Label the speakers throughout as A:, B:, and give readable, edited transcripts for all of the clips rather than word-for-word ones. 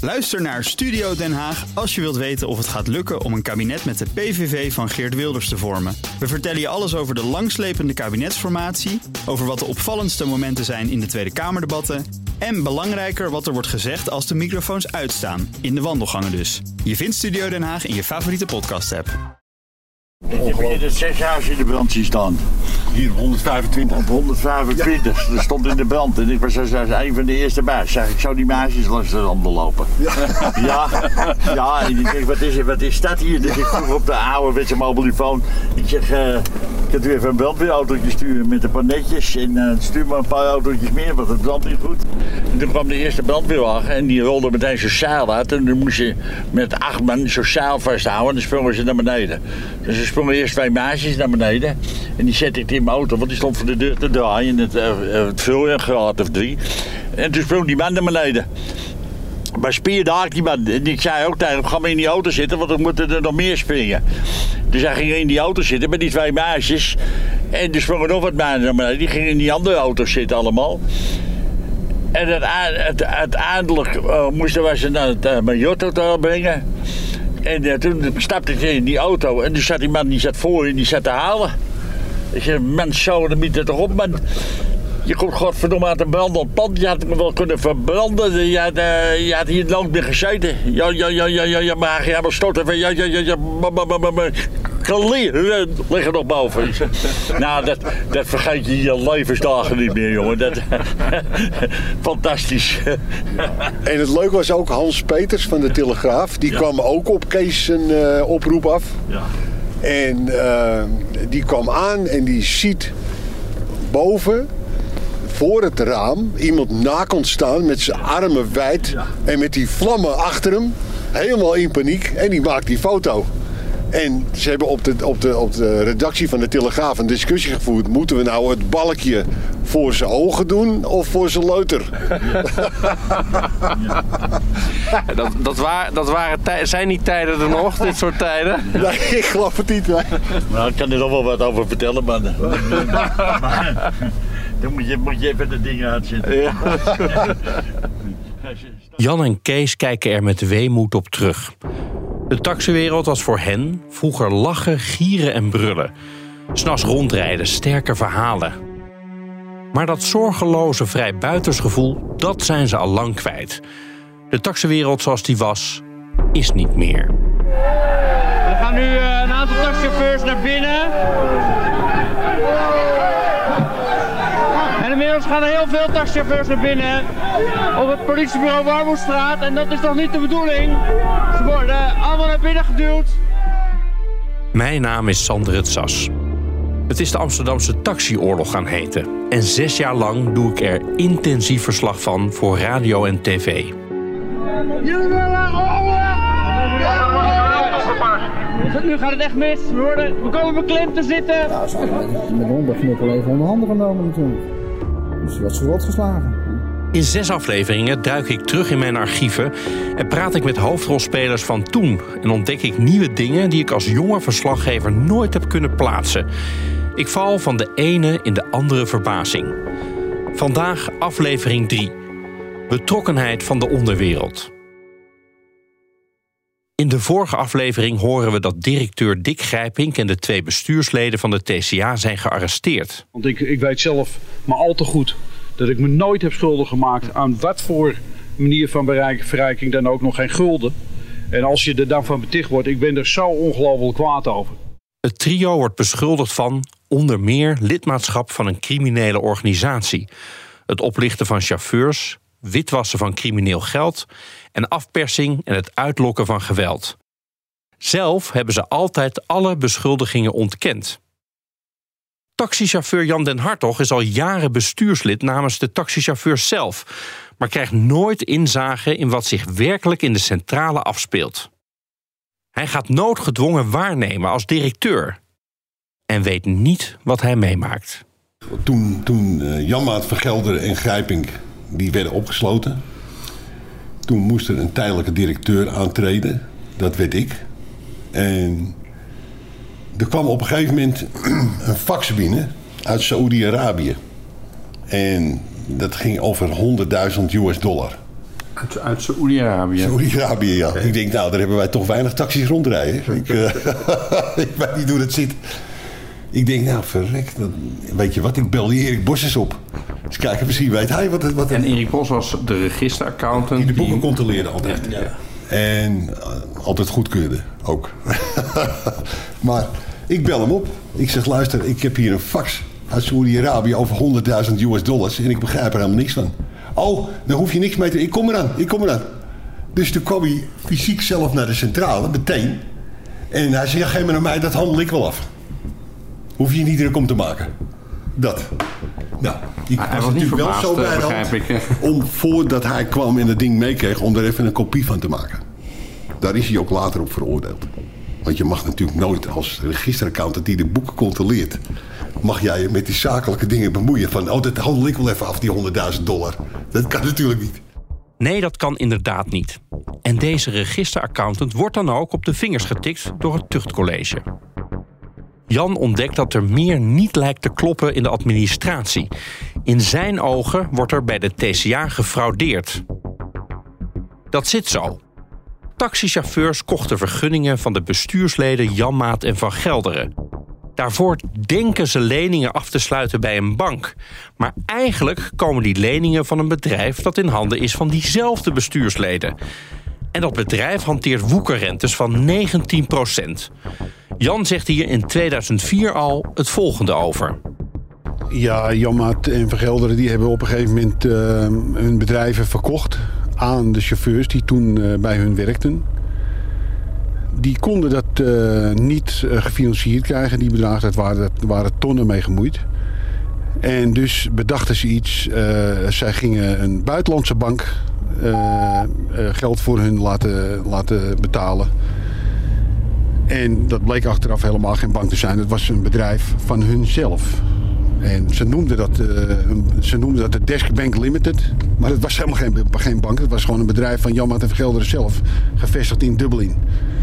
A: Luister naar Studio Den Haag als je wilt weten of het gaat lukken om een kabinet met de PVV van Geert Wilders te vormen. We vertellen je alles over de langslepende kabinetsformatie, over wat de opvallendste momenten zijn in de Tweede Kamerdebatten en belangrijker wat er wordt gezegd als de microfoons uitstaan, in de wandelgangen dus. Je vindt Studio Den Haag in je favoriete podcast-app.
B: Ik heb hier de 6 huizen in de brand zien staan.
C: Hier op 125.
B: Op 125. Er stond in de brand en ik was een van de eerste bij. Zeg, ik zou die meisjes langs de randen lopen. Ja, en ik denk, wat is dat hier? Dus ik vroeg op de ouderwetse mobielefoon. Ik zeg, ik heb u even een brandweerautootje sturen met een paar netjes. En stuur maar een paar autootjes meer, want het brandt niet goed. En toen kwam de eerste brandweerwagen en die rolde meteen zo'n zeil uit. En dan moest je met 8 man zo'n zeil vasthouden en dan sprongen ze naar beneden. Dus er sprongen eerst 2 meisjes naar beneden. En die zette ik in mijn auto, want die stond voor de deur te draaien. Het vul een graad of 3. En toen sprong die man naar beneden. Maar spierde haak die man. En ik zei ook tegen hem, ga maar in die auto zitten, want dan moeten er nog meer springen. Dus hij ging in die auto zitten met die 2 meisjes. En er sprongen nog wat meisjes naar beneden. Die gingen in die andere auto zitten allemaal. En uiteindelijk moesten wij ze naar het Marriott-hotel brengen. En toen stapte ik in die auto en toen zat die man die zat voor en die zat te halen. Ik zei, man, zo, dan moet je toch op, man. Je komt godverdomme uit een brandend pand. Je had me wel kunnen verbranden. Je had hier nooit meer gezeten. Ja, maar je hebt stoten van kleren liggen nog boven. Nou, dat vergeet je je levensdagen niet meer, jongen. Dat, fantastisch.
C: En het leuke was ook Hans Peters van de Telegraaf. Die kwam ook op Kees een oproep af. Ja. En die kwam aan en die ziet boven, voor het raam, iemand nakend staan met zijn armen wijd en met die vlammen achter hem. Helemaal in paniek. En die maakt die foto. En ze hebben op de redactie van de Telegraaf een discussie gevoerd. Moeten we nou het balkje voor zijn ogen doen of voor zijn leuter?
D: Zijn die tijden er nog, dit soort tijden?
C: Nee, ik geloof het niet.
B: Nou, ik kan er nog wel wat over vertellen, man. Dan moet je even de dingen uitzetten. Ja.
E: Jan en Kees kijken er met weemoed op terug. De taxiwereld was voor hen vroeger lachen, gieren en brullen. 'S Nachts rondrijden, sterke verhalen. Maar dat zorgeloze vrijbuitersgevoel, dat zijn ze al lang kwijt. De taxiwereld zoals die was, is niet meer.
F: We gaan nu een aantal taxichauffeurs naar binnen. En inmiddels gaan er heel veel taxichauffeurs naar binnen op het politiebureau Warmoestraat. En dat is nog niet de bedoeling. Ze worden allemaal naar binnen geduwd.
E: Mijn naam is Sander het Sas. Het is de Amsterdamse taxioorlog gaan heten. En 6 jaar lang doe ik er intensief verslag van voor radio en tv.
F: Nu gaat het echt mis. We komen beklemd te zitten.
G: Ja, ze hebben met hondenknuppel even onder handen genomen natuurlijk. Dus wat ze rot geslagen.
E: In 6 afleveringen duik ik terug in mijn archieven en praat ik met hoofdrolspelers van toen. En ontdek ik nieuwe dingen die ik als jonge verslaggever nooit heb kunnen plaatsen. Ik val van de ene in de andere verbazing. Vandaag aflevering 3. Betrokkenheid van de onderwereld. In de vorige aflevering horen we dat directeur Dick Grijpink en de 2 bestuursleden van de TCA zijn gearresteerd.
H: Want ik weet zelf maar al te goed dat ik me nooit heb schuldig gemaakt aan wat voor manier van verrijking dan ook, nog geen gulden. En als je er dan van beticht wordt, ik ben er zo ongelooflijk kwaad over.
E: Het trio wordt beschuldigd van onder meer lidmaatschap van een criminele organisatie, het oplichten van chauffeurs, witwassen van crimineel geld en afpersing en het uitlokken van geweld. Zelf hebben ze altijd alle beschuldigingen ontkend. Taxichauffeur Jan den Hartog is al jaren bestuurslid namens de taxichauffeurs zelf, maar krijgt nooit inzage in wat zich werkelijk in de centrale afspeelt. Hij gaat noodgedwongen waarnemen als directeur en weet niet wat hij meemaakt.
C: Toen Janmaat, Vergelder en Grijpink die werden opgesloten, toen moest er een tijdelijke directeur aantreden. Dat werd ik. En er kwam op een gegeven moment een fax binnen uit Saoedi-Arabië. En dat ging over $100.000.
E: Uit Saoedi-Arabië.
I: Saoedi-Arabië, ja. Ik denk, nou, daar hebben wij toch weinig taxis rondrijden. Ik weet niet hoe dat zit. Ik denk, nou, verrek. Weet je wat, ik bel die Erik Bos eens op. Dus kijken, misschien weet hij wat...
E: En Erik Bos was de registeraccountant.
I: Die de boeken controleerde altijd. Ja. En altijd goedkeurde, ook. Maar ik bel hem op. Ik zeg, luister, ik heb hier een fax uit Saoedi-Arabië over $100.000 en ik begrijp er helemaal niks van. Oh, dan hoef je niks mee te... Ik kom eraan. Dus toen kwam hij fysiek zelf naar de centrale, meteen. En hij zei, ja, geef me naar mij, dat handel ik wel af. Hoef je niet druk om te maken. Dat. Nou, ik was natuurlijk wel zo bij de hand om, voordat hij kwam en het ding meekreeg, om er even een kopie van te maken. Daar is hij ook later op veroordeeld. Want je mag natuurlijk nooit als registeraccountant die de boeken controleert, mag jij je met die zakelijke dingen bemoeien van, oh, dat handel ik wel even af, die $100.000. Dat kan natuurlijk niet.
E: Nee, dat kan inderdaad niet. En deze registeraccountant wordt dan ook op de vingers getikt door het tuchtcollege. Jan ontdekt dat er meer niet lijkt te kloppen in de administratie. In zijn ogen wordt er bij de TCA gefraudeerd. Dat zit zo. Taxichauffeurs kochten vergunningen van de bestuursleden Janmaat en Van Gelderen. Daarvoor denken ze leningen af te sluiten bij een bank. Maar eigenlijk komen die leningen van een bedrijf dat in handen is van diezelfde bestuursleden. En dat bedrijf hanteert woekerrentes van 19%. Jan zegt hier in 2004 al het volgende over.
C: Ja, Janmaat en Van Gelderen die hebben op een gegeven moment hun bedrijven verkocht aan de chauffeurs die toen bij hun werkten. Die konden dat niet gefinancierd krijgen, die bedragen. Dat waren tonnen mee gemoeid. En dus bedachten ze iets. Zij gingen een buitenlandse bank geld voor hun laten betalen. En dat bleek achteraf helemaal geen bank te zijn. Het was een bedrijf van hunzelf. En ze noemden dat de Desk Bank Limited. Maar het was helemaal geen bank. Het was gewoon een bedrijf van Janmaat en Van Gelderen zelf. Gevestigd in Dublin.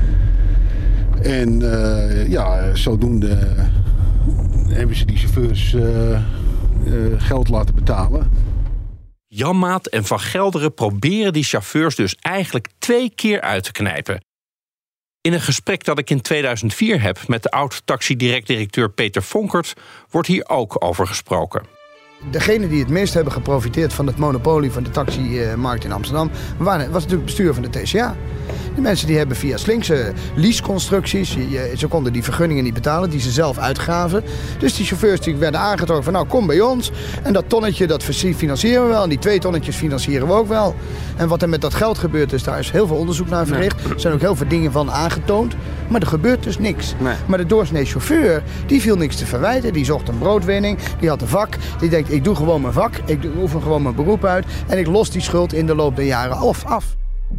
C: En zodoende hebben ze die chauffeurs geld laten betalen.
E: Janmaat en Van Gelderen proberen die chauffeurs dus eigenlijk 2 keer uit te knijpen. In een gesprek dat ik in 2004 heb met de oud-taxidirect-directeur Peter Vonkert wordt hier ook over gesproken.
J: Degene die het meest hebben geprofiteerd van het monopolie van de taximarkt in Amsterdam was natuurlijk het bestuur van de TCA. De mensen die hebben via slinkse leaseconstructies, ze konden die vergunningen niet betalen die ze zelf uitgaven. Dus die chauffeurs die werden aangetrokken van nou kom bij ons en dat tonnetje dat financieren we wel en die 2 tonnetjes financieren we ook wel. En wat er met dat geld gebeurd is, daar is heel veel onderzoek naar verricht. Er zijn ook heel veel dingen van aangetoond, maar er gebeurt dus niks. Nee. Maar de doorsnee chauffeur, die viel niks te verwijten, die zocht een broodwinning, die had een vak, die denkt ik doe gewoon mijn vak, ik oefen gewoon mijn beroep uit en ik los die schuld in de loop der jaren af.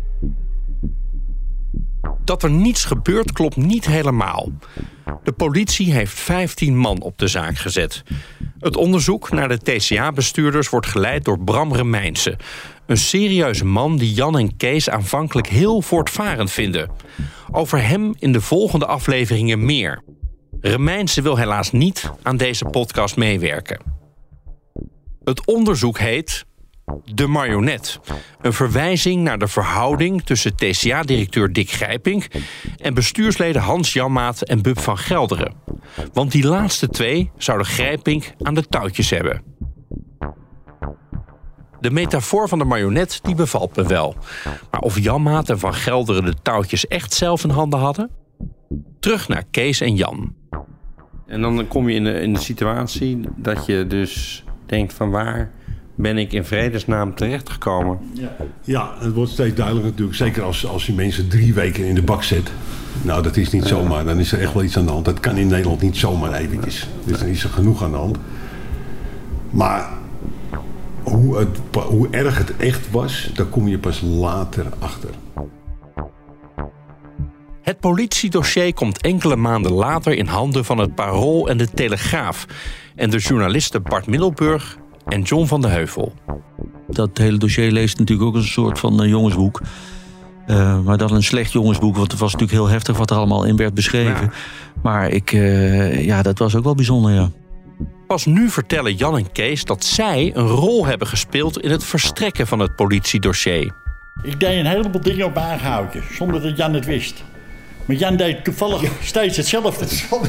E: Dat er niets gebeurt klopt niet helemaal. De politie heeft 15 man op de zaak gezet. Het onderzoek naar de TCA-bestuurders wordt geleid door Bram Remijnse. Een serieuze man die Jan en Kees aanvankelijk heel voortvarend vinden. Over hem in de volgende afleveringen meer. Remijnse wil helaas niet aan deze podcast meewerken. Het onderzoek heet De Marionet. Een verwijzing naar de verhouding tussen TCA-directeur Dick Grijpink en bestuursleden Hans Janmaat en Bub van Gelderen. Want die laatste 2 zouden Grijpink aan de touwtjes hebben. De metafoor van de marionet die bevalt me wel. Maar of Janmaat en Van Gelderen de touwtjes echt zelf in handen hadden? Terug naar Kees en Jan. En dan kom je in de situatie dat je dus denkt van waar ben ik in vredesnaam terechtgekomen?
I: Ja, het wordt steeds duidelijker natuurlijk. Zeker als je mensen 3 weken in de bak zet. Nou, dat is niet zomaar. Dan is er echt wel iets aan de hand. Dat kan in Nederland niet zomaar eventjes. Dus dan is er genoeg aan de hand. Maar hoe erg het echt was, daar kom je pas later achter.
E: Het politiedossier komt enkele maanden later in handen van het Parool en de Telegraaf. En de journalisten Bart Middelburg en John van de Heuvel.
K: Dat hele dossier leest natuurlijk ook als een soort van jongensboek. Maar dan een slecht jongensboek, want het was natuurlijk heel heftig wat er allemaal in werd beschreven. Ja. Maar dat was ook wel bijzonder, ja.
E: Pas nu vertellen Jan en Kees dat zij een rol hebben gespeeld in het verstrekken van het politiedossier.
B: Ik deed een heleboel dingen op mijn eigen houtje, zonder dat Jan het wist. Maar Jan deed toevallig steeds hetzelfde.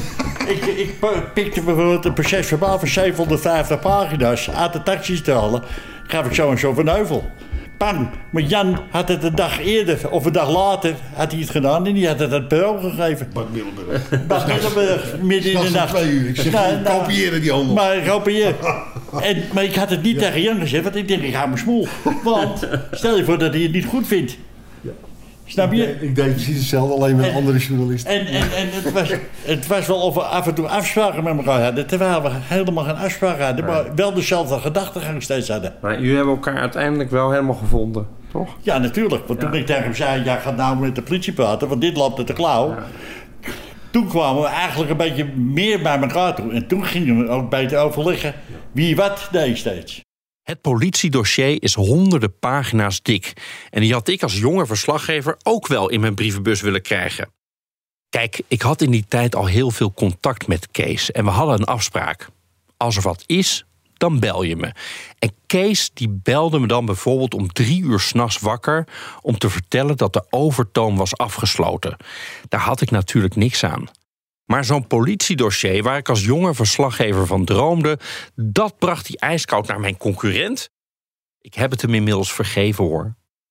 B: Ik pikte bijvoorbeeld een proces-verbaal van 750 pagina's uit de taxis te halen. Gaf ik zo en zo van Heuvel. Bang. Maar Jan had het een dag eerder of een dag later had hij het gedaan en die had het aan het bureau gegeven.
I: Bart Middelburg.
B: Bart Middelburg, midden in de nacht.
I: 2 uur. Ik zeg, kopiëren die handel.
B: Maar kopieer. Maar ik had het niet tegen Jan gezegd, want ik denk, ik hou mijn smoel. Want stel je voor dat hij het niet goed vindt. Snap je?
I: Ik deed precies hetzelfde, alleen met een andere journalist.
B: En het was wel of we af en toe afspraken met elkaar hadden, terwijl we helemaal geen afspraken hadden, maar wel dezelfde gedachtegang steeds hadden.
D: Maar jullie hebben elkaar uiteindelijk wel helemaal gevonden, toch?
B: Ja, natuurlijk. Want toen ik tegen hem zei, ja, ga nou met de politie praten, want dit loopt uit de klauw. Ja. Toen kwamen we eigenlijk een beetje meer bij elkaar toe. En toen gingen we ook beter overleggen wie wat deed steeds.
E: Het politiedossier is honderden pagina's dik. En die had ik als jonge verslaggever ook wel in mijn brievenbus willen krijgen. Kijk, ik had in die tijd al heel veel contact met Kees. En we hadden een afspraak. Als er wat is, dan bel je me. En Kees die belde me dan bijvoorbeeld om 3 uur 's nachts wakker om te vertellen dat de overtoom was afgesloten. Daar had ik natuurlijk niks aan. Maar zo'n politiedossier waar ik als jonge verslaggever van droomde, dat bracht hij ijskoud naar mijn concurrent. Ik heb het hem inmiddels vergeven, hoor.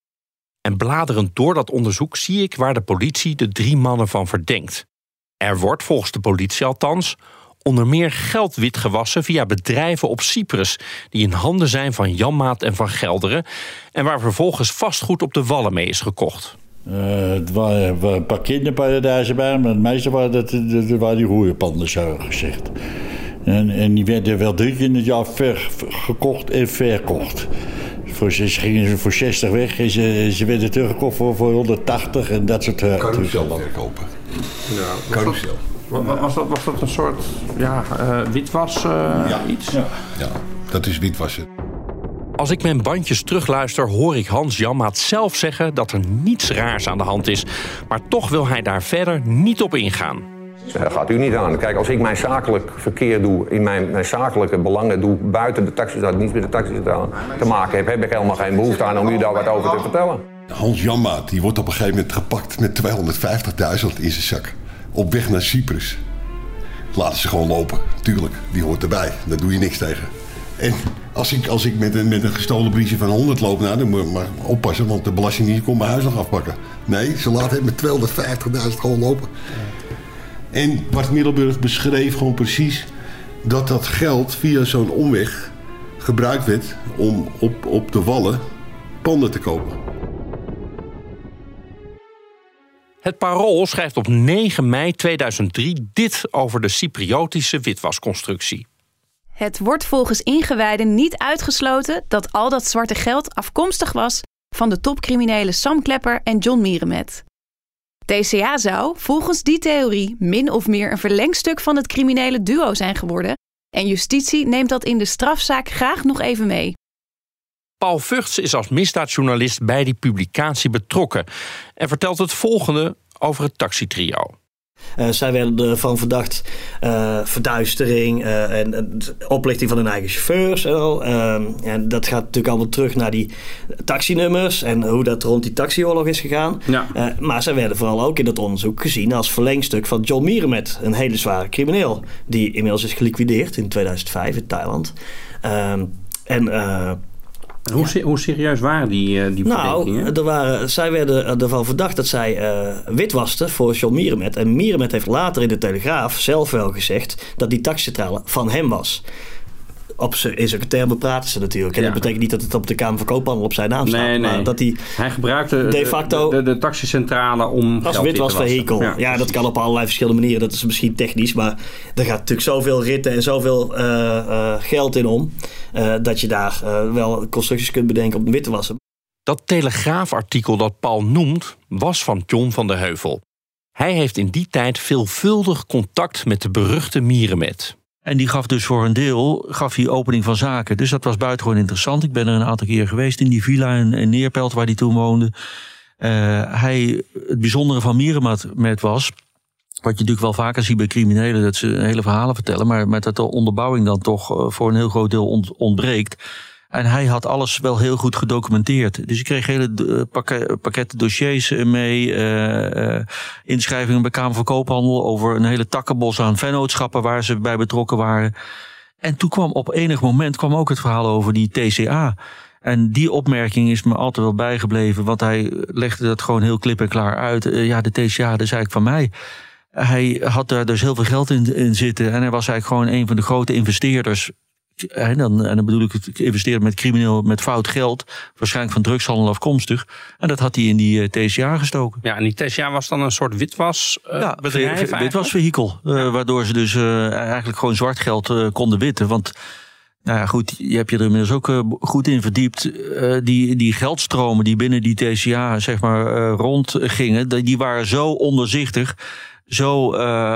E: En bladerend door dat onderzoek zie ik waar de politie de 3 mannen van verdenkt. Er wordt, volgens de politie althans, onder meer geld witgewassen via bedrijven op Cyprus die in handen zijn van Janmaat en van Gelderen en waar vervolgens vastgoed op de Wallen mee is gekocht.
B: Het waren een paar kinderparadijzen bij, maar het meeste waren die roeierpanden, zo gezegd. En die werden wel 3 keer in het jaar gekocht en verkocht. Ze gingen voor 60 weg en ze werden teruggekocht voor 180 en dat soort...
I: Carousel verkopen.
D: Ja,
I: carousel.
D: Was dat een soort witwas iets?
I: Ja, dat is witwassen.
E: Als ik mijn bandjes terugluister, hoor ik Hans Janmaat zelf zeggen dat er niets raars aan de hand is. Maar toch wil hij daar verder niet op ingaan.
L: Dat gaat u niet aan. Kijk, als ik mijn zakelijk verkeer doe, in mijn zakelijke belangen doe, buiten de taxis, dat niets met de taxis te maken heb ik helemaal geen behoefte aan om u daar wat over te vertellen.
I: Hans Janmaat, die wordt op een gegeven moment gepakt met 250.000 in zijn zak. Op weg naar Cyprus. Laten ze gewoon lopen, tuurlijk, die hoort erbij. Daar doe je niks tegen. En als ik met een gestolen briefje van 100 loop, nou, dan moet je maar oppassen, want de Belastingdienst komt mijn huis nog afpakken. Nee, ze laten het met 250.000 gewoon lopen. En Bart Middelburg beschreef gewoon precies dat dat geld via zo'n omweg gebruikt werd om op de Wallen panden te kopen.
E: Het Parool schrijft op 9 mei 2003 dit over de Cypriotische witwasconstructie.
M: Het wordt volgens ingewijden niet uitgesloten dat al dat zwarte geld afkomstig was van de topcriminelen Sam Klepper en John Mierenmet. TCA zou, volgens die theorie, min of meer een verlengstuk van het criminele duo zijn geworden en justitie neemt dat in de strafzaak graag nog even mee.
E: Paul Vugts is als misdaadjournalist bij die publicatie betrokken en vertelt het volgende over het taxitrio.
N: Zij werden ervan verdacht verduistering en oplichting van hun eigen chauffeurs. En dat gaat natuurlijk allemaal terug naar die taxinummers en hoe dat rond die taxioorlog is gegaan. Ja. Maar zij werden vooral ook in dat onderzoek gezien als verlengstuk van John Mierenmet, een hele zware crimineel, die inmiddels is geliquideerd in 2005 in Thailand.
D: Hoe serieus waren die verdenkingen?
N: Zij werden ervan verdacht dat zij witwasten voor John Mierenmet. En Mierenmet heeft later in de Telegraaf zelf wel gezegd dat die taxicentrale van hem was. In zijn termen praten ze natuurlijk. En dat betekent niet dat het op de Kamer van Koophandel op zijn naam staat.
D: Nee.
N: Maar dat
D: hij gebruikte de facto de taxicentrale om
N: als witwasvehikel. Ja, dat kan op allerlei verschillende manieren. Dat is misschien technisch. Maar er gaat natuurlijk zoveel ritten en zoveel geld in om. Dat je daar wel constructies kunt bedenken om wit te wassen.
E: Dat Telegraafartikel dat Paul noemt was van John van de Heuvel. Hij heeft in die tijd veelvuldig contact met de beruchte Mierenmet.
K: En die gaf dus voor een deel opening van zaken. Dus dat was buitengewoon interessant. Ik ben er een aantal keer geweest in die villa in Neerpelt waar hij toen woonde. Het bijzondere van Mierenmet was, wat je natuurlijk wel vaker ziet bij criminelen, dat ze hele verhalen vertellen, maar dat de onderbouwing dan toch voor een heel groot deel ontbreekt. En hij had alles wel heel goed gedocumenteerd. Dus ik kreeg hele pakketten dossiers mee. Inschrijvingen bij Kamer van Koophandel over een hele takkenbos aan vennootschappen waar ze bij betrokken waren. En toen kwam op enig moment ook het verhaal over die TCA. En die opmerking is me altijd wel bijgebleven. Want hij legde dat gewoon heel klip en klaar uit. De TCA, dat is eigenlijk van mij. Hij had daar dus heel veel geld in zitten. En hij was eigenlijk gewoon een van de grote investeerders. En dan bedoel ik het investeren met crimineel, met fout geld. Waarschijnlijk van drugshandel afkomstig. En dat had hij in die TCA gestoken.
E: Ja, en die TCA was dan een soort witwasbedrijf.
K: Witwasvehikel. Waardoor ze dus eigenlijk gewoon zwart geld konden witten. Want nou ja, goed, je hebt je er inmiddels ook goed in verdiept. Die geldstromen die binnen die TCA zeg maar rondgingen, die waren zo onderzichtig. Zo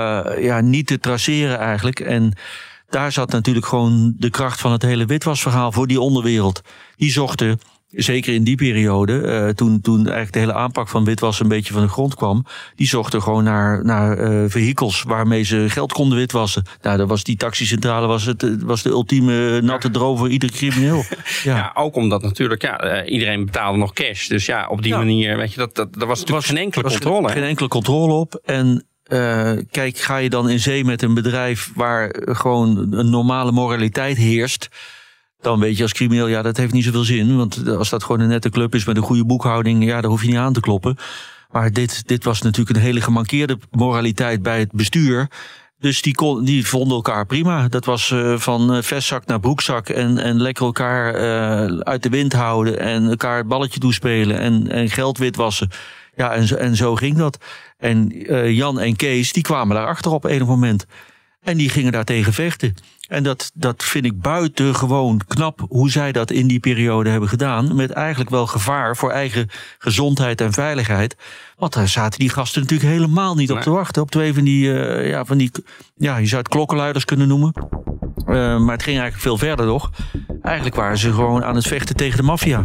K: niet te traceren eigenlijk. En daar zat natuurlijk gewoon de kracht van het hele witwasverhaal voor die onderwereld. Die zochten, zeker in die periode, toen eigenlijk de hele aanpak van witwas een beetje van de grond kwam, die zochten gewoon naar vehikels waarmee ze geld konden witwassen. Nou, dat was die taxicentrale was de ultieme natte droom voor ieder crimineel.
E: Ja, ook omdat natuurlijk, iedereen betaalde nog cash. Dus ja, op die manier, weet je, dat was natuurlijk geen enkele controle.
K: Geen enkele controle op. En kijk, ga je dan in zee met een bedrijf waar gewoon een normale moraliteit heerst, dan weet je als crimineel, dat heeft niet zoveel zin. Want als dat gewoon een nette club is met een goede boekhouding, daar hoef je niet aan te kloppen. Maar dit was natuurlijk een hele gemankeerde moraliteit bij het bestuur. Dus die vonden elkaar prima. Dat was van vestzak naar broekzak en lekker elkaar uit de wind houden en elkaar het balletje toespelen en geld witwassen. Ja, en zo ging dat. En Jan en Kees, die kwamen daarachter op enig moment. En die gingen daar tegen vechten. En dat vind ik buitengewoon knap hoe zij dat in die periode hebben gedaan. Met eigenlijk wel gevaar voor eigen gezondheid en veiligheid. Want daar zaten die gasten natuurlijk helemaal niet op te wachten. Op twee van die, je zou het klokkenluiders kunnen noemen. Maar het ging eigenlijk veel verder nog. Eigenlijk waren ze gewoon aan het vechten tegen de maffia.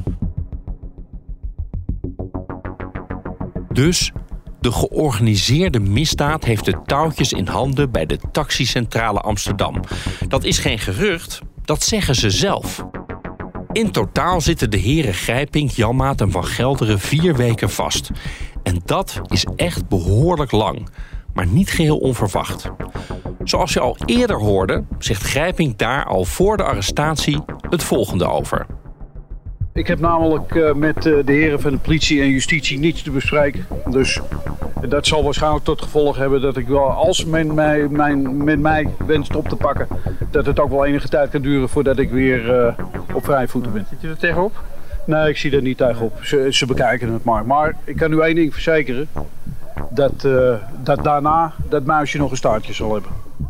E: Dus de georganiseerde misdaad heeft de touwtjes in handen bij de taxicentrale Amsterdam. Dat is geen gerucht, dat zeggen ze zelf. In totaal zitten de heren Grijpink, Janmaat en Van Gelderen 4 weken vast. En dat is echt behoorlijk lang, maar niet geheel onverwacht. Zoals je al eerder hoorde, zegt Grijpink daar al voor de arrestatie het volgende over.
H: Ik heb namelijk met de heren van de politie en justitie niets te bespreken. Dus dat zal waarschijnlijk tot gevolg hebben dat ik wel, als men met mij wenst op te pakken, dat het ook wel enige tijd kan duren voordat ik weer op vrije voeten ben.
F: Zit je er tegenop?
H: Nee, ik zie er niet tegenop. Ze bekijken het maar. Maar ik kan u één ding verzekeren. Dat daarna dat muisje nog een staartje zal hebben.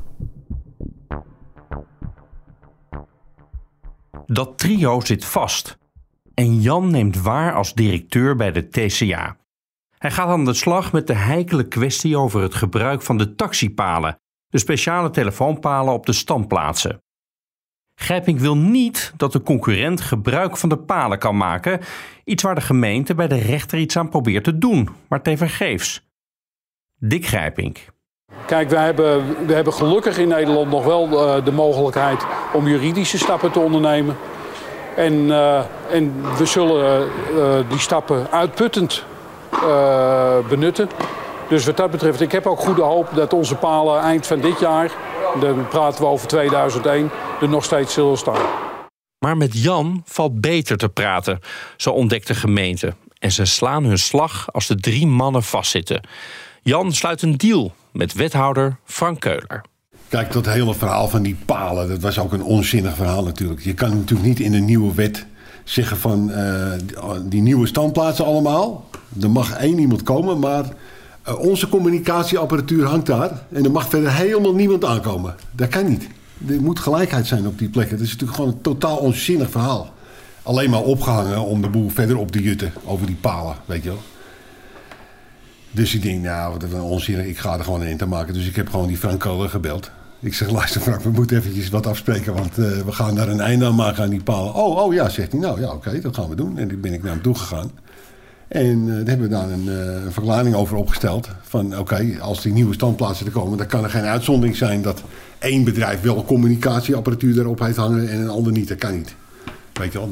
E: Dat trio zit vast. En Jan neemt waar als directeur bij de TCA. Hij gaat aan de slag met de heikele kwestie over het gebruik van de taxipalen, de speciale telefoonpalen op de standplaatsen. Grijpink wil niet dat de concurrent gebruik van de palen kan maken, iets waar de gemeente bij de rechter iets aan probeert te doen, maar tevergeefs. Dick Grijpink.
H: Kijk, we hebben gelukkig in Nederland nog wel de mogelijkheid om juridische stappen te ondernemen. En we zullen die stappen uitputtend benutten. Dus wat dat betreft, ik heb ook goede hoop dat onze palen eind van dit jaar, dan praten we over 2001, er nog steeds zullen staan.
E: Maar met Jan valt beter te praten, zo ontdekt de gemeente. En ze slaan hun slag als de 3 mannen vastzitten. Jan sluit een deal met wethouder Frank Keuler.
I: Kijk, dat hele verhaal van die palen, dat was ook een onzinnig verhaal natuurlijk. Je kan natuurlijk niet in een nieuwe wet zeggen van die nieuwe standplaatsen allemaal. Er mag 1 iemand komen, maar onze communicatieapparatuur hangt daar. En er mag verder helemaal niemand aankomen. Dat kan niet. Er moet gelijkheid zijn op die plekken. Dat is natuurlijk gewoon een totaal onzinnig verhaal. Alleen maar opgehangen om de boel verder op te jutten over die palen, weet je wel. Dus ik denk, nou, dat is onzinnig. Ik ga er gewoon een eind aan maken. Dus ik heb gewoon die Frank Keuler gebeld. Ik zeg, luister Frank, we moeten eventjes wat afspreken. Want we gaan daar een einde aan maken aan die palen. Oh ja, zegt hij. Nou ja, oké, dat gaan we doen. En toen ben ik naar hem toe gegaan. En daar hebben we daar een verklaring over opgesteld. Van oké, als die nieuwe standplaatsen er komen, dan kan er geen uitzondering zijn dat 1 bedrijf wel communicatieapparatuur erop heeft hangen en een ander niet. Dat kan niet. Weet je wel,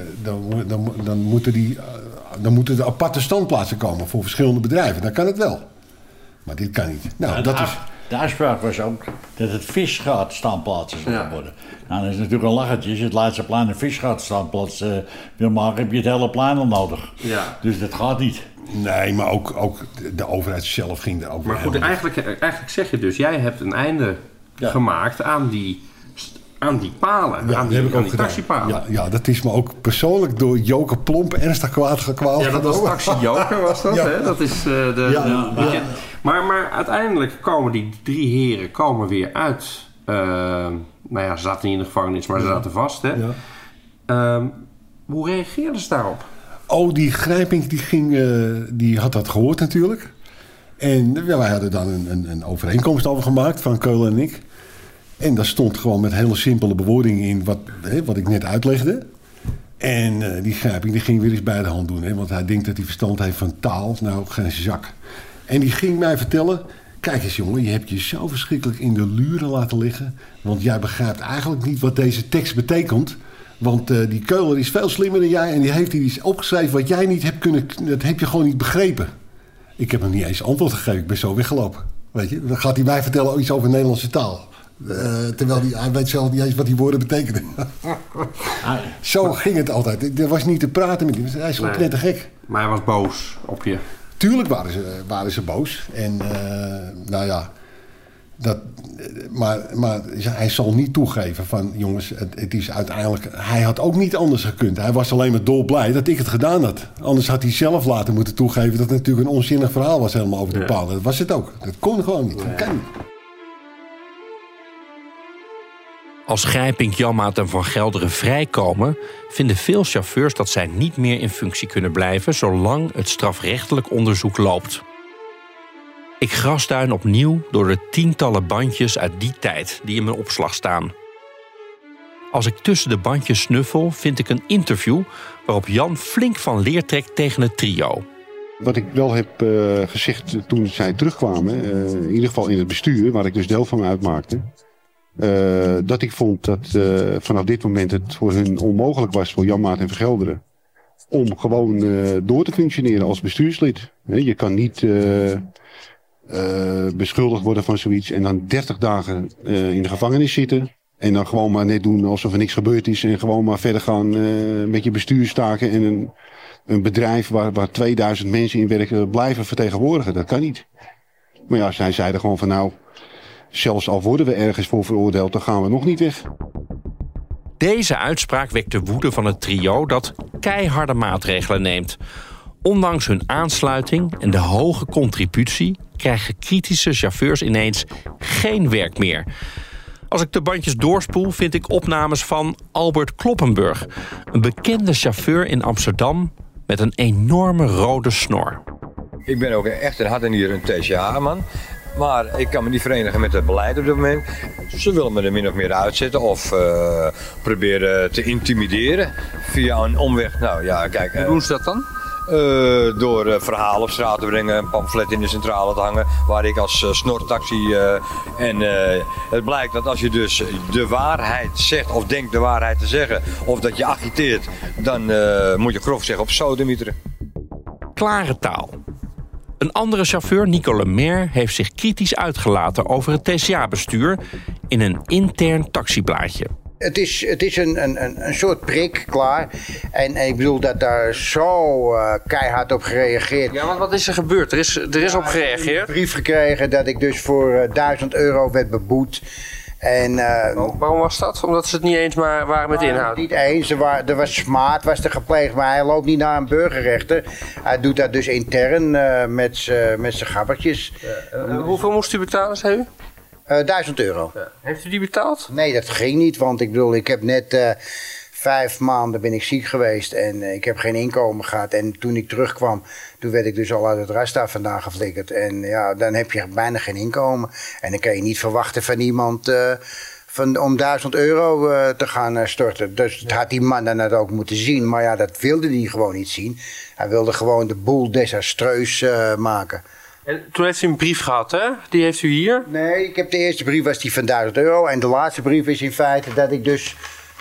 I: dan moeten er aparte standplaatsen komen voor verschillende bedrijven. Dan kan het wel. Maar dit kan niet. Nou,
B: de afspraak was ook dat het visgaatstandplaatsen zullen worden. Nou, dat is natuurlijk een lachertje. Als je het Leidseplein een visgaatstandplaats wil maken, heb je het hele plein al nodig. Ja. Dus dat gaat niet.
I: Nee, maar ook de overheid zelf ging er ook.
E: Maar goed, eigenlijk zeg je dus, jij hebt een einde gemaakt aan die palen,
I: ja,
E: aan die taxipalen.
I: Ja, dat is me ook persoonlijk door Joker Plomp ernstig kwaad gekwaald.
E: Ja, dat was Taxi Joker, was dat, hè? Dat is Maar uiteindelijk komen die 3 heren weer uit. Ze zaten niet in de gevangenis, maar ze zaten vast, hè? Ja. Hoe reageerden ze daarop?
I: Oh, die Grijpink die had dat gehoord natuurlijk. En wij hadden dan een overeenkomst over gemaakt van Keulen en ik. En daar stond gewoon met hele simpele bewoordingen in wat ik net uitlegde. En die Grijping die ging weer eens bij de hand doen. Hè, want hij denkt dat hij verstand heeft van taal. Nou, geen zak. En die ging mij vertellen... Kijk eens jongen, je hebt je zo verschrikkelijk in de luren laten liggen. Want jij begrijpt eigenlijk niet wat deze tekst betekent. Want die Keuler is veel slimmer dan jij. En die heeft hier iets opgeschreven wat jij niet hebt kunnen... Dat heb je gewoon niet begrepen. Ik heb hem niet eens antwoord gegeven. Ik ben zo weggelopen. Weet je, dan gaat hij mij vertellen iets over Nederlandse taal. Terwijl hij weet zelf niet eens wat die woorden betekenen. Zo ging het altijd. Er was niet te praten met hem. Hij is gewoon knettergek.
E: Maar hij was boos op je.
I: Tuurlijk waren ze boos. En maar hij zal niet toegeven van... jongens, het is uiteindelijk... Hij had ook niet anders gekund. Hij was alleen maar dolblij dat ik het gedaan had. Anders had hij zelf later moeten toegeven... dat het natuurlijk een onzinnig verhaal was helemaal over de palen. Dat was het ook. Dat kon gewoon niet. Dat kan niet.
E: Als Grijpink, Janmaat en Van Gelderen vrijkomen... vinden veel chauffeurs dat zij niet meer in functie kunnen blijven... zolang het strafrechtelijk onderzoek loopt. Ik grasduin opnieuw door de tientallen bandjes uit die tijd... die in mijn opslag staan. Als ik tussen de bandjes snuffel, vind ik een interview... waarop Jan flink van leer trekt tegen het trio.
O: Wat ik wel heb gezegd toen zij terugkwamen... in ieder geval in het bestuur, waar ik dus deel van uitmaakte... dat ik vond dat vanaf dit moment het voor hun onmogelijk was... voor Janmaat en Van Gelderen... om gewoon door te functioneren als bestuurslid. Je kan niet beschuldigd worden van zoiets... en dan 30 dagen in de gevangenis zitten... en dan gewoon maar net doen alsof er niks gebeurd is... en gewoon maar verder gaan met je bestuurstaken... en een bedrijf waar 2000 mensen in werken blijven vertegenwoordigen. Dat kan niet. Maar ja, zij zeiden gewoon van nou... zelfs al worden we ergens voor veroordeeld, dan gaan we nog niet weg.
E: Deze uitspraak wekt de woede van het trio dat keiharde maatregelen neemt. Ondanks hun aansluiting en de hoge contributie... krijgen kritische chauffeurs ineens geen werk meer. Als ik de bandjes doorspoel, vind ik opnames van Albert Kloppenburg... een bekende chauffeur in Amsterdam met een enorme rode snor.
P: Ik ben ook echt een hart en nier een TCA-man... Maar ik kan me niet verenigen met het beleid op dit moment. Ze willen me er min of meer uitzetten of proberen te intimideren via een omweg. Nou ja, kijk.
Q: Hoe doen ze dat dan?
P: Door verhalen op straat te brengen, een pamflet in de centrale te hangen, waar ik als snortaxi... het blijkt dat als je dus de waarheid zegt of denkt de waarheid te zeggen, of dat je agiteert, dan moet je grof zeggen op sodemieteren.
E: Klare taal. Een andere chauffeur, Nico Lemaire, heeft zich kritisch uitgelaten over het TCA-bestuur in een intern taxiblaadje.
R: Het is een soort prik, klaar. En ik bedoel dat daar zo keihard op gereageerd.
Q: Ja, want wat is er gebeurd? Er is op gereageerd. Ik heb
R: een brief gekregen dat ik dus voor €1000 werd beboet. En,
Q: waarom was dat? Omdat ze het niet eens maar waren met inhoud?
R: Niet eens. Er was smaad was er gepleegd, maar hij loopt niet naar een burgerrechter. Hij doet dat dus intern met zijn gabbertjes.
Q: Hoeveel moest u betalen, zei u?
R: €1000.
Q: Ja. Heeft u die betaald?
R: Nee, dat ging niet, want ik bedoel, ik heb net 5 maanden ben ik ziek geweest en ik heb geen inkomen gehad. En toen ik terugkwam, toen werd ik dus al uit het rasta vandaan geflikkerd. En ja, dan heb je bijna geen inkomen. En dan kan je niet verwachten van iemand om €1000 te gaan storten. Dus dat had die man dan net ook moeten zien. Maar ja, dat wilde hij gewoon niet zien. Hij wilde gewoon de boel desastreus maken.
Q: En toen heeft u een brief gehad, hè? Die heeft u hier?
R: Nee, ik heb de eerste brief was die van €1000. En de laatste brief is in feite dat ik dus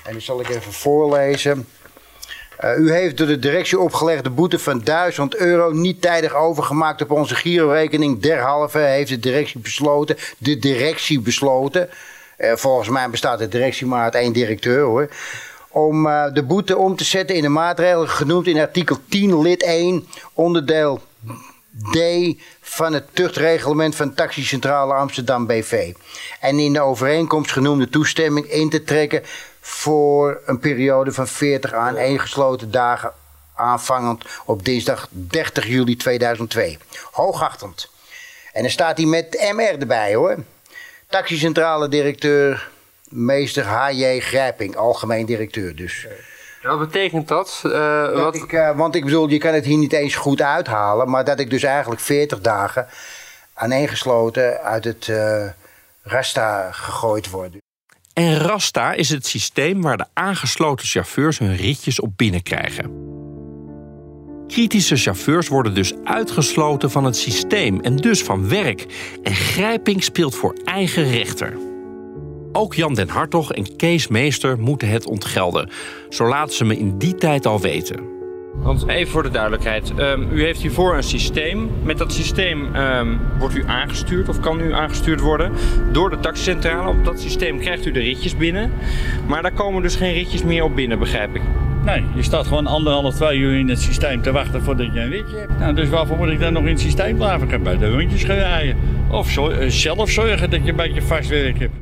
R: En die zal ik even voorlezen. U heeft door de directie opgelegde boete van €1000 niet tijdig overgemaakt op onze girorekening. Derhalve heeft de directie besloten. Volgens mij bestaat de directie maar uit 1 directeur hoor. Om de boete om te zetten in de maatregelen genoemd in artikel 10 lid 1 onderdeel D van het tuchtreglement van Taxicentrale Amsterdam BV. En in de overeenkomst genoemde toestemming in te trekken voor een periode van 40 aaneengesloten dagen aanvangend op dinsdag 30 juli 2002. Hoogachtend. En dan staat hij met MR erbij hoor. Taxicentrale directeur meester H.J. Grijping, algemeen directeur dus.
Q: Wat betekent dat?
R: Want ik bedoel, je kan het hier niet eens goed uithalen, maar dat ik dus eigenlijk 40 dagen aaneengesloten uit het Rasta gegooid word.
E: En Rasta is het systeem waar de aangesloten chauffeurs hun ritjes op binnenkrijgen. Kritische chauffeurs worden dus uitgesloten van het systeem en dus van werk. En Grijping speelt voor eigen rechter. Ook Jan den Hartog en Kees Meester moeten het ontgelden. Zo laten ze me in die tijd al weten.
Q: Want even voor de duidelijkheid. U heeft hiervoor een systeem. Met dat systeem wordt u aangestuurd of kan u aangestuurd worden door de taxicentrale. Op dat systeem krijgt u de ritjes binnen. Maar daar komen dus geen ritjes meer op binnen, begrijp ik.
B: Nee, je staat gewoon 1,5, 2 uur in het systeem te wachten voordat je een ritje hebt. Nou, dus waarvoor moet ik dan nog in het systeem blijven? Ik kan bij de rondjes gaan rijden. Of zelf zorgen dat je een beetje vast werk hebt.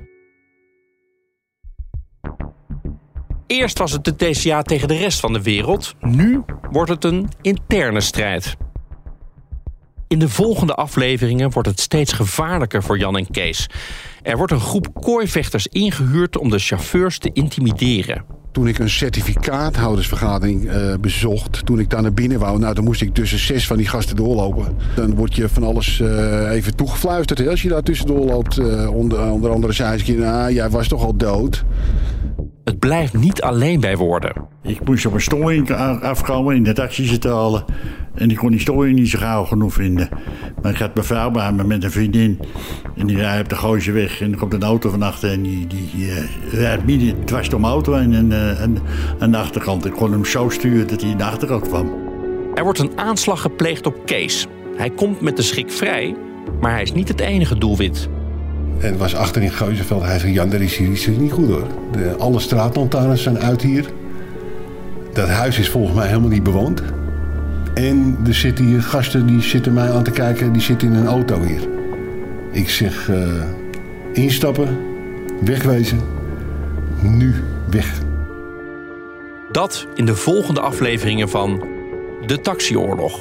E: Eerst was het de TCA tegen de rest van de wereld. Nu wordt het een interne strijd. In de volgende afleveringen wordt het steeds gevaarlijker voor Jan en Kees. Er wordt een groep kooivechters ingehuurd om de chauffeurs te intimideren.
O: Toen ik een certificaathoudersvergadering bezocht, toen ik daar naar binnen wou, nou, dan moest ik tussen 6 van die gasten doorlopen. Dan word je van alles even toegefluisterd. Hè? Als je daar tussendoor loopt, onder andere zei ze, nou, jij was toch al dood.
E: Het blijft niet alleen bij woorden.
B: Ik moest op een storing afkomen in de taxicentrale. En ik kon die storing niet zo gauw genoeg vinden. Maar ik had mijn vrouw bij me met een vriendin. En die rijdt op de Gooise weg. En er komt een auto van achter. En die rijdt midden dwars door mijn auto en aan de achterkant. Ik kon hem zo sturen dat hij in de achterkant kwam.
E: Er wordt een aanslag gepleegd op Kees. Hij komt met de schrik vrij, maar hij is niet het enige doelwit.
I: Het was achter in Geuzenveld. Hij zei, Jan, daar is hier iets niet goed hoor. Alle straatlantaarns zijn uit hier. Dat huis is volgens mij helemaal niet bewoond. En er zitten hier gasten die zitten mij aan te kijken. Die zitten in een auto hier. Ik zeg, instappen, wegwezen. Nu weg.
E: Dat in de volgende afleveringen van De Taxioorlog.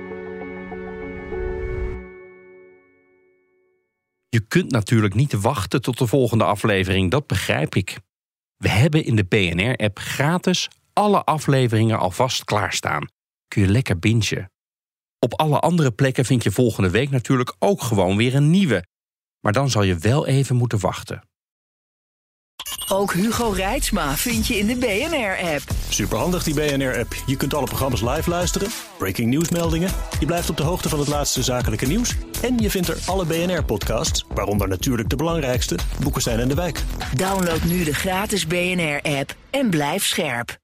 E: Je kunt natuurlijk niet wachten tot de volgende aflevering, dat begrijp ik. We hebben in de BNR-app gratis alle afleveringen alvast klaarstaan. Kun je lekker bingen. Op alle andere plekken vind je volgende week natuurlijk ook gewoon weer een nieuwe. Maar dan zal je wel even moeten wachten.
S: Ook Hugo Reitsma vind je in de BNR-app.
T: Superhandig die BNR-app. Je kunt alle programma's live luisteren, breaking nieuwsmeldingen. Je blijft op de hoogte van het laatste zakelijke nieuws. En je vindt er alle BNR-podcasts, waaronder natuurlijk de belangrijkste, Boekenstein en de Wijk.
S: Download nu de gratis BNR-app en blijf scherp.